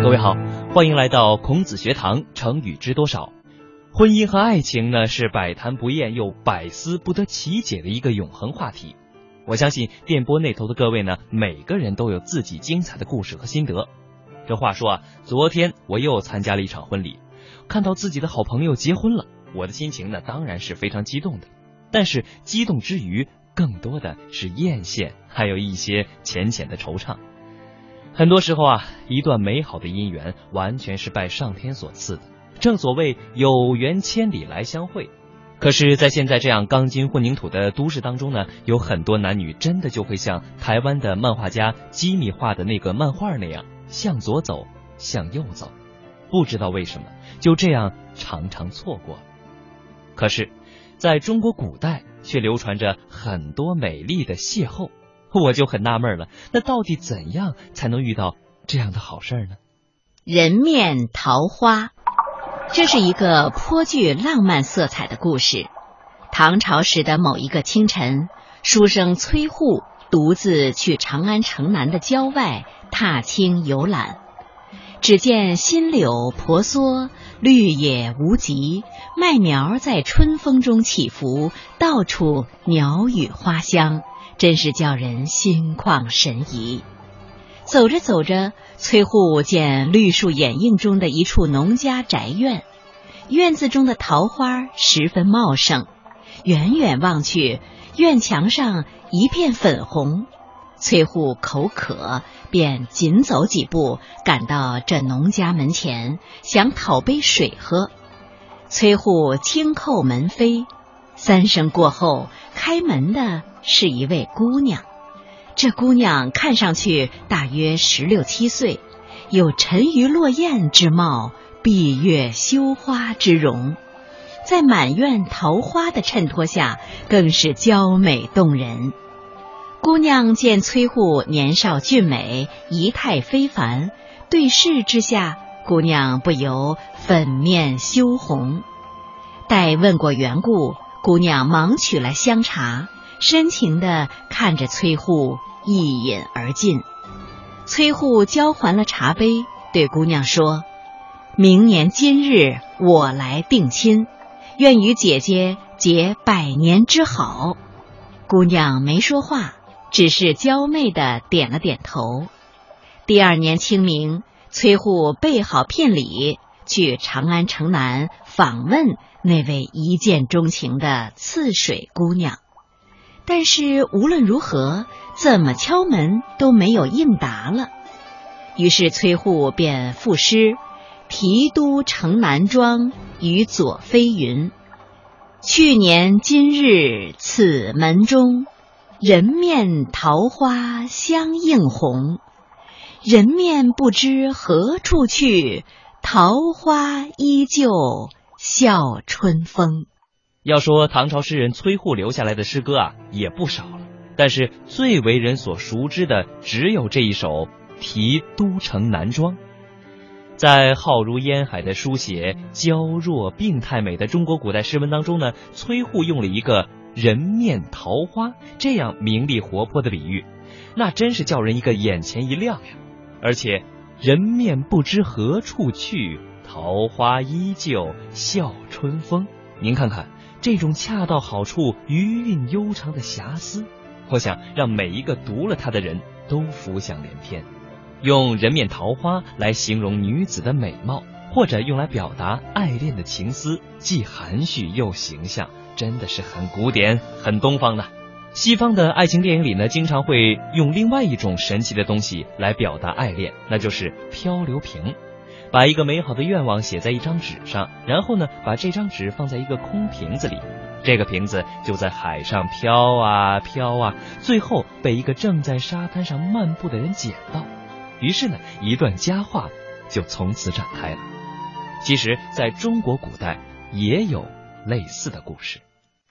各位好，欢迎来到孔子学堂，成语知多少。婚姻和爱情呢，是百谈不厌又百思不得其解的一个永恒话题。我相信电波那头的各位呢，每个人都有自己精彩的故事和心得。这话说啊，昨天我又参加了一场婚礼，看到自己的好朋友结婚了，我的心情呢当然是非常激动的。但是激动之余，更多的是艳羡，还有一些浅浅的惆怅。很多时候啊，一段美好的姻缘完全是拜上天所赐的，正所谓有缘千里来相会。可是在现在这样钢筋混凝土的都市当中呢，有很多男女真的就会像台湾的漫画家基米画的那个漫画那样，向左走，向右走，不知道为什么就这样常常错过了。可是在中国古代却流传着很多美丽的邂逅，我就很纳闷了，那到底怎样才能遇到这样的好事呢？ 人面桃花，这是一个颇具浪漫色彩的故事。唐朝时的某一个清晨，书生崔护独自去长安城南的郊外踏青游览，只见新柳婆娑，绿野无极，麦苗在春风中起伏，到处鸟语花香，真是叫人心旷神怡。走着走着，崔护见绿树掩映中的一处农家宅院，院子中的桃花十分茂盛，远远望去，院墙上一片粉红。崔护口渴，便紧走几步，赶到这农家门前，想讨杯水喝。崔护轻叩门扉，3声过后，开门的是一位姑娘。这姑娘看上去大约16、17岁，有沉鱼落雁之貌，闭月羞花之容，在满院桃花的衬托下，更是娇美动人。姑娘见崔护年少俊美，仪态非凡，对视之下，姑娘不由粉面羞红。待问过缘故，姑娘忙取来香茶，深情地看着崔护，一饮而尽。崔护交还了茶杯，对姑娘说：明年今日我来定亲，愿与姐姐结100年之好。姑娘没说话，只是娇媚地点了点头。第2年清明，崔护备好聘礼，去长安城南访问那位一见钟情的刺水姑娘。但是无论如何，怎么敲门都没有应答了。于是崔护便赋诗：题都城南庄，与左飞云。去年今日此门中，人面桃花相映红。人面不知何处去，桃花依旧笑春风。 要说唐朝诗人崔护留下来的诗歌啊，也不少了，但是最为人所熟知的只有这一首《题都城南庄》。在浩如烟海的书写娇弱病态美的中国古代诗文当中呢，崔护用了一个人面桃花这样明丽活泼的比喻，那真是叫人一个眼前一亮呀。而且人面不知何处去，桃花依旧笑春风。您看看这种恰到好处、余韵悠长的遐思，我想让每一个读了它的人都浮想联翩。用人面桃花来形容女子的美貌，或者用来表达爱恋的情思，既含蓄又形象，真的是很古典、很东方的。西方的爱情电影里呢，经常会用另外一种神奇的东西来表达爱恋，那就是漂流瓶。把一个美好的愿望写在一张纸上，然后呢，把这张纸放在一个空瓶子里，这个瓶子就在海上飘啊飘啊，最后被一个正在沙滩上漫步的人捡到。于是呢，一段佳话就从此展开了。其实在中国古代也有类似的故事。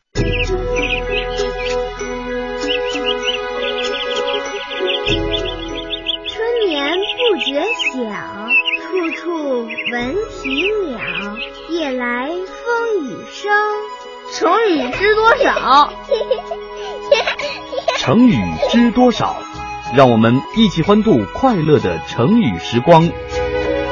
春眠不觉晓，处处闻啼鸟，夜来风雨声。 成语知多少？ 成语知多少？让我们一起欢度快乐的成语时光。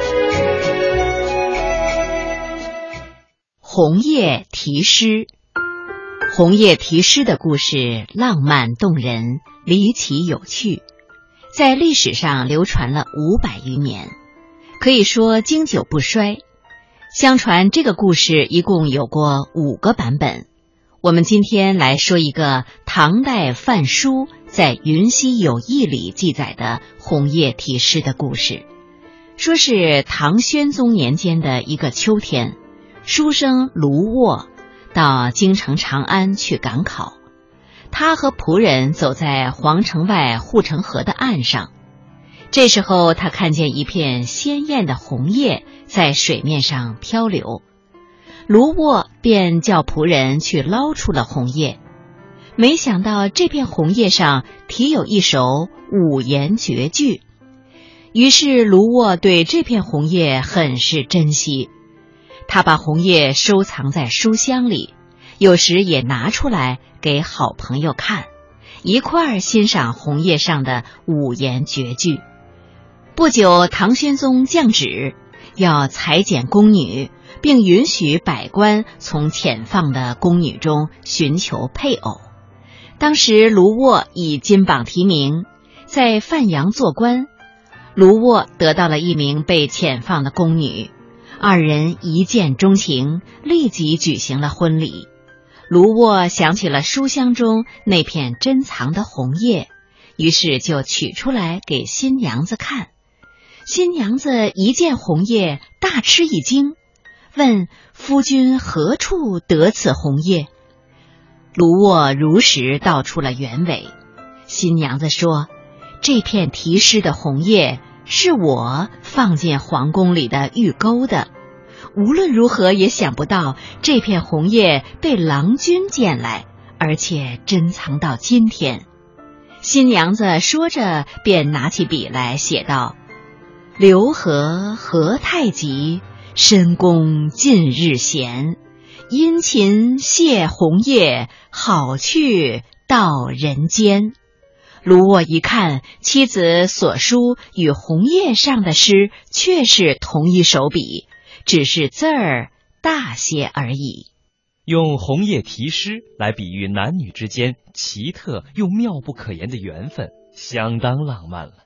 红叶题诗。红叶题诗的故事浪漫动人，离奇有趣，在历史上流传了500余年，可以说经久不衰。相传这个故事一共有过5个版本。我们今天来说一个唐代范书在《云溪有义》里记载的红叶题诗的故事。说是唐宣宗年间的一个秋天，书生卢沃到京城长安去赶考。他和仆人走在皇城外护城河的岸上，这时候他看见一片鲜艳的红叶在水面上漂流，卢沃便叫仆人去捞出了红叶。没想到这片红叶上题有一首5言绝句，于是卢沃对这片红叶很是珍惜，他把红叶收藏在书箱里，有时也拿出来给好朋友看，一块儿欣赏红叶上的5言绝句。不久，唐宣宗降旨要裁剪宫女，并允许百官从遣放的宫女中寻求配偶。当时卢沃以金榜题名，在范阳做官。卢沃得到了一名被遣放的宫女，二人一见钟情，立即举行了婚礼。卢沃想起了书箱中那片珍藏的红叶，于是就取出来给新娘子看。新娘子一见红叶，大吃一惊，问夫君何处得此红叶？卢沃如实道出了原委。新娘子说，这片题诗的红叶是我放进皇宫里的玉钩的，无论如何也想不到这片红叶被郎君捡来，而且珍藏到今天。新娘子说着便拿起笔来写道：刘和何太急，深宫近日闲，殷勤谢红叶，好去到人间。卢沃一看，妻子所书与红叶上的诗却是同一手笔，只是字儿大些而已。 用红叶题诗来比喻男女之间奇特又妙不可言的缘分，相当浪漫了。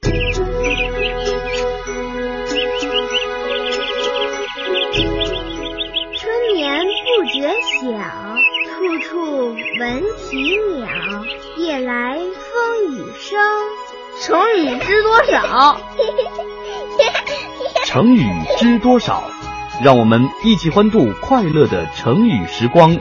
春眠不觉晓，处处闻啼鸟，夜来风雨声。 成语知多少？ 成语知多少？让我们一起欢度快乐的成语时光。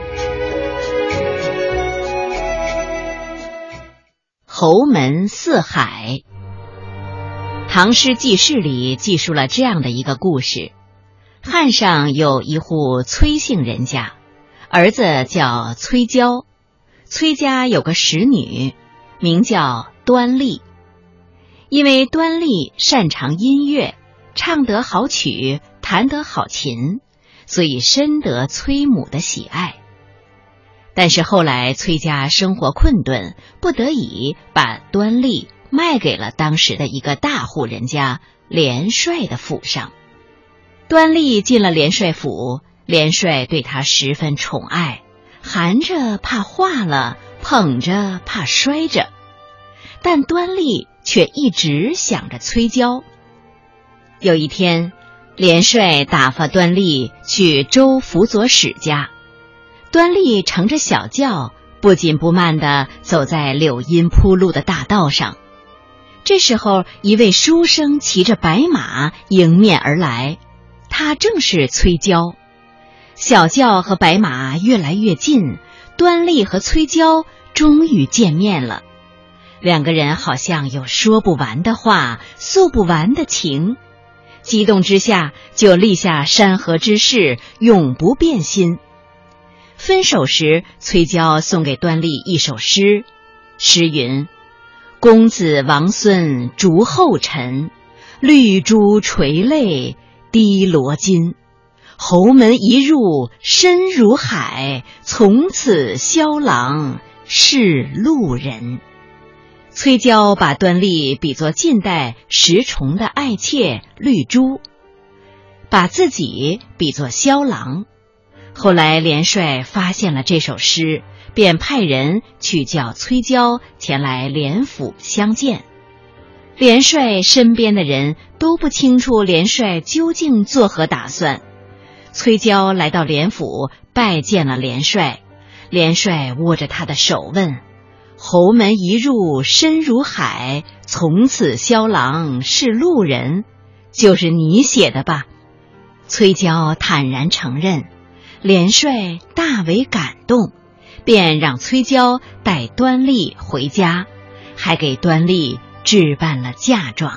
侯门四海。唐诗纪事里记述了这样的一个故事。汉上有一户崔姓人家，儿子叫崔娇。崔家有个使女，名叫端丽。因为端丽擅长音乐，唱得好曲，弹得好琴，所以深得崔母的喜爱。但是后来崔家生活困顿，不得已把端丽卖给了当时的一个大户人家连帅的府上。端丽进了连帅府，连帅对她十分宠爱，含着怕化了，捧着怕摔着。但端丽却一直想着崔娇。有一天，连帅打发端丽去州辅佐使家，端丽乘着小轿，不紧不慢地走在柳荫铺路的大道上。这时候，一位书生骑着白马迎面而来，他正是崔娇。小轿和白马越来越近，端丽和崔娇终于见面了。两个人好像有说不完的话，诉不完的情，激动之下就立下山河之誓，永不变心。分手时，崔娇送给端丽一首诗，诗云：公子王孙逐后尘，绿珠垂泪滴罗巾。侯门一入深如海，从此萧郎是路人。崔娇把端丽比作近代石崇的爱妾绿珠，把自己比作萧郎。 后来连帅发现了这首诗，便派人去叫崔娇前来连府相见。连帅身边的人都不清楚连帅究竟作何打算。崔娇来到连府拜见了连帅，连帅握着他的手问：侯门一入深如海，从此萧郎是路人，就是你写的吧？崔娇坦然承认。连帅大为感动，便让崔娇带端丽回家，还给端丽置办了嫁妆。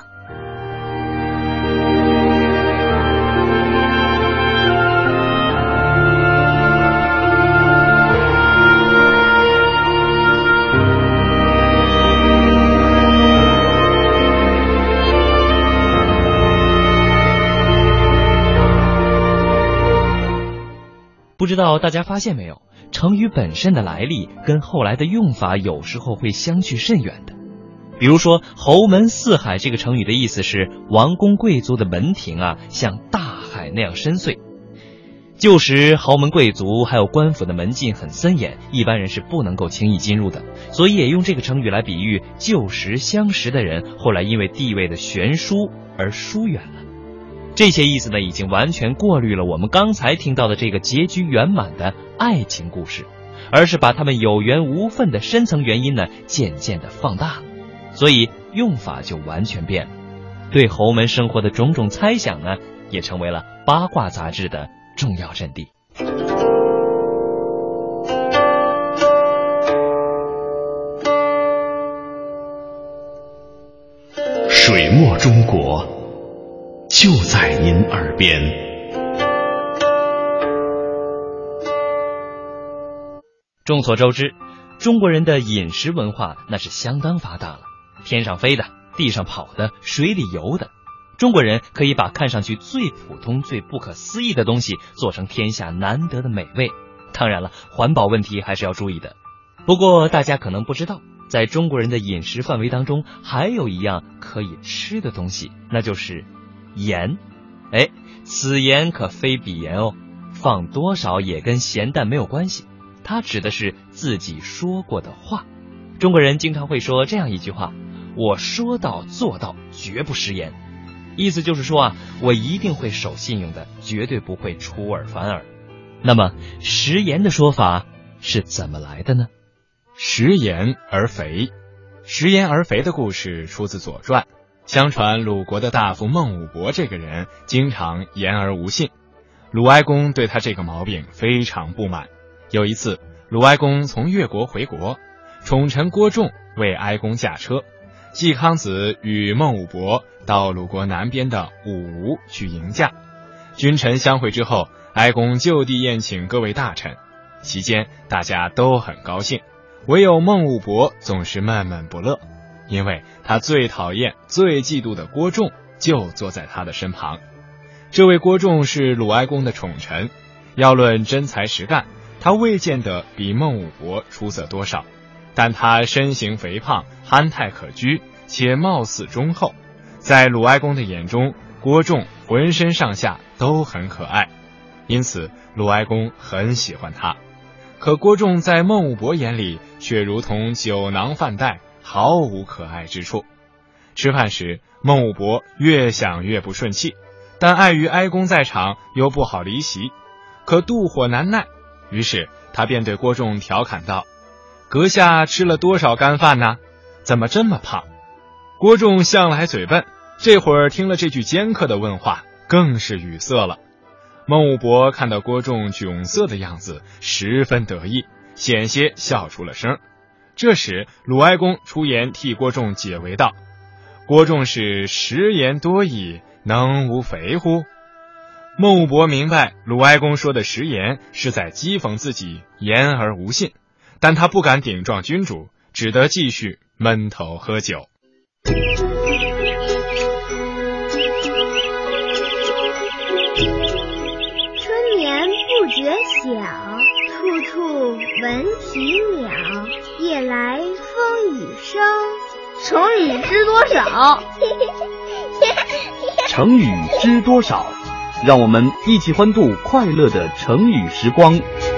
不知道大家发现没有，成语本身的来历跟后来的用法有时候会相去甚远的。比如说侯门四海这个成语的意思是王公贵族的门庭像大海那样深邃。旧时豪门贵族还有官府的门禁很森严，一般人是不能够轻易进入的，所以也用这个成语来比喻旧时相识的人后来因为地位的悬殊而疏远了。这些意思呢，已经完全过滤了我们刚才听到的这个结局圆满的爱情故事，而是把他们有缘无分的深层原因呢，渐渐的放大了，所以用法就完全变了。对侯门生活的种种猜想呢，也成为了八卦杂志的重要阵地。 水墨中国就在您耳边。 众所周知，中国人的饮食文化那是相当发达了，天上飞的，地上跑的，水里游的。中国人可以把看上去最普通、最不可思议的东西做成天下难得的美味。当然了，环保问题还是要注意的。不过大家可能不知道，在中国人的饮食范围当中，还有一样可以吃的东西，那就是盐。此盐可非彼盐哦，放多少也跟咸淡没有关系，它指的是自己说过的话。中国人经常会说这样一句话：我说到做到，绝不食言。意思就是说我一定会守信用的，绝对不会出尔反尔。那么食言的说法是怎么来的呢？ 食言而肥。食言而肥的故事出自《左传》。相传鲁国的大夫孟武伯这个人经常言而无信，鲁哀公对他这个毛病非常不满。有一次，鲁哀公从越国回国，宠臣郭仲为哀公驾车，季康子与孟武伯到鲁国南边的武吴去迎驾。君臣相会之后，哀公就地宴请各位大臣，期间大家都很高兴，唯有孟武伯总是闷闷不乐，因为他最讨厌、最嫉妒的郭仲就坐在他的身旁。这位郭仲是鲁哀公的宠臣，要论真才实干，他未见得比孟武伯出色多少，但他身形肥胖，憨态可掬，且貌似忠厚。在鲁哀公的眼中，郭仲浑身上下都很可爱，因此鲁哀公很喜欢他。可郭仲在孟武伯眼里却如同酒囊饭袋，毫无可爱之处。吃饭时，孟武伯越想越不顺气，但碍于哀公在场，又不好离席，可妒火难耐，于是他便对郭仲调侃道：阁下吃了多少干饭呢？怎么这么胖？郭仲向来嘴笨，这会儿听了这句尖刻的问话，更是语塞了。孟武伯看到郭仲窘色的样子，十分得意，险些笑出了声。这时鲁哀公出言替郭仲解围道：郭仲是食言多矣，能无肥乎？孟武伯明白鲁哀公说的食言是在讥讽自己言而无信，但他不敢顶撞君主，只得继续闷头喝酒。 春眠不觉晓，处处闻啼鸟。夜来风雨声。 成语知多少？ 成语知多少？ 让我们一起欢度快乐的成语时光。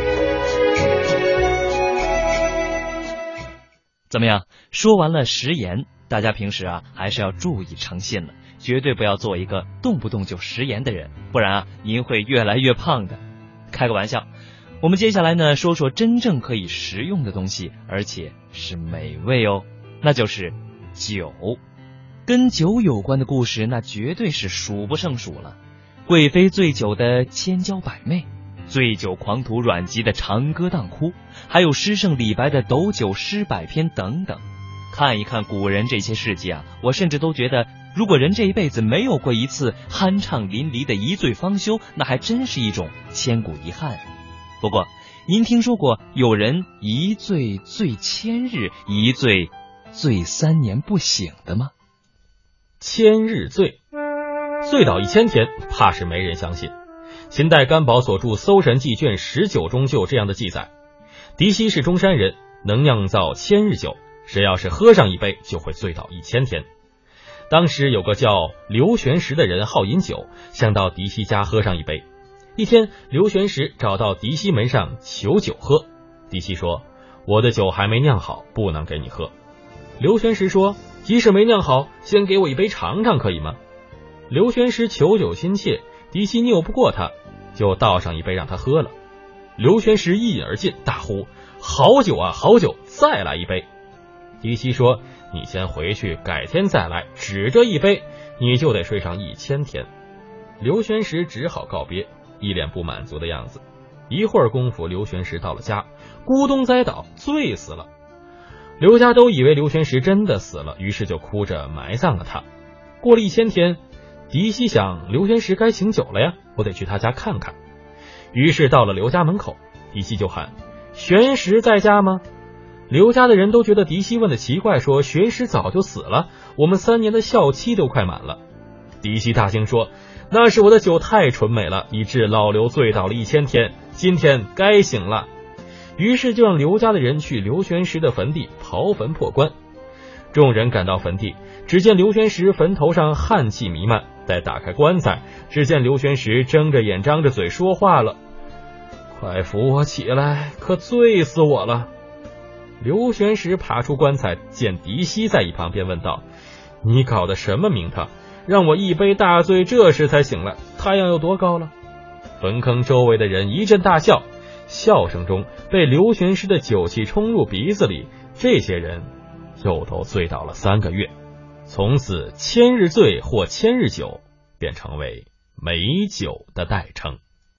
怎么样？说完了食言，大家平时还是要注意诚信了，绝对不要做一个动不动就食言的人，不然您会越来越胖的。开个玩笑。我们接下来呢，说说真正可以食用的东西，而且是美味哦，那就是酒。跟酒有关的故事，那绝对是数不胜数了。贵妃醉酒的千娇百媚，醉酒狂徒阮籍的长歌当哭，还有诗圣李白的斗酒诗百篇等等。看一看古人这些事迹我甚至都觉得，如果人这一辈子没有过一次酣畅淋漓的一醉方休，那还真是一种千古遗憾。不过您听说过有人一醉醉千日，一醉醉3年不醒的吗？ 千日醉，醉倒1000天，怕是没人相信。秦代干宝所著《搜神记》卷19中就有这样的记载：狄希是中山人，能酿造千日酒，谁要是喝上一杯，就会醉倒1000天。当时有个叫刘玄石的人好饮酒，想到狄希家喝上一杯。一天，刘玄石找到狄希门上求酒喝。狄希说：“我的酒还没酿好，不能给你喝。”刘玄石说：“即使没酿好，先给我一杯尝尝，可以吗？”刘玄石求酒心切，狄希拗不过他，就倒上一杯让他喝了。刘玄石一饮而尽，大呼：“好酒啊，好酒，再来一杯！”狄希说：“你先回去，改天再来，只这一杯，你就得睡上1000天。”刘玄石只好告别，一脸不满足的样子。一会儿功夫，刘玄石到了家，咕咚栽倒，醉死了。刘家都以为刘玄石真的死了，于是就哭着埋葬了他。过了1000天，狄希想，刘玄石该醒酒了呀，我得去他家看看。于是到了刘家门口，狄希就喊：“玄石在家吗？”刘家的人都觉得狄希问的奇怪，说：“玄石早就死了，我们3年的孝期都快满了。”狄希大惊说：“那是我的酒太纯美了，以致老刘醉倒了1000天，今天该醒了。”于是就让刘家的人去刘玄石的坟地刨坟破棺。众人赶到坟地，只见刘玄石坟头上汗气弥漫，待打开棺材，只见刘玄石睁着眼张着嘴说话了：“快扶我起来，可醉死我了。”刘玄石爬出棺材，见狄希在一旁，便问道：“你搞的什么名堂？让我一杯大醉，这时才醒来，太阳有多高了？”坟坑周围的人一阵大笑，笑声中被刘玄石的酒气冲入鼻子里，这些人又都醉倒了3个月。从此千日醉或千日酒便成为美酒的代称。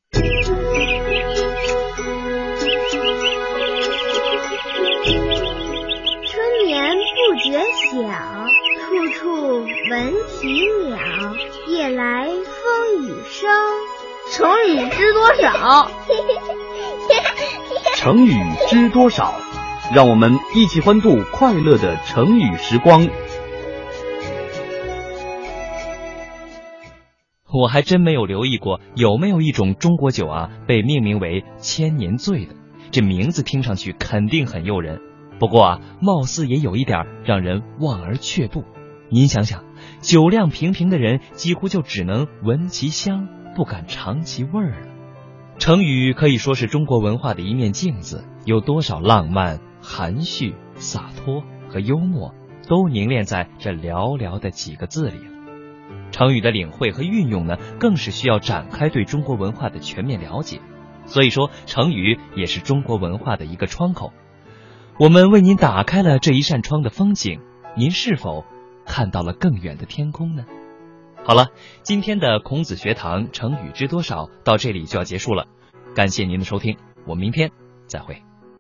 春眠不觉晓，处处闻啼鸟，夜来风雨声。 成语知多少？ 成语知多少？让我们一起欢度快乐的成语时光。 我还真没有留意过，有没有一种中国酒被命名为千年醉的？这名字听上去肯定很诱人，不过貌似也有一点让人望而却步。您想想，酒量平平的人几乎就只能闻其香，不敢尝其味儿了。成语可以说是中国文化的一面镜子，有多少浪漫、含蓄、洒脱和幽默，都凝练在这寥寥的几个字里了。成语的领会和运用呢，更是需要展开对中国文化的全面了解。所以说，成语也是中国文化的一个窗口。我们为您打开了这一扇窗的风景，您是否看到了更远的天空呢？好了，今天的孔子学堂成语知多少到这里就要结束了，感谢您的收听，我们明天再会。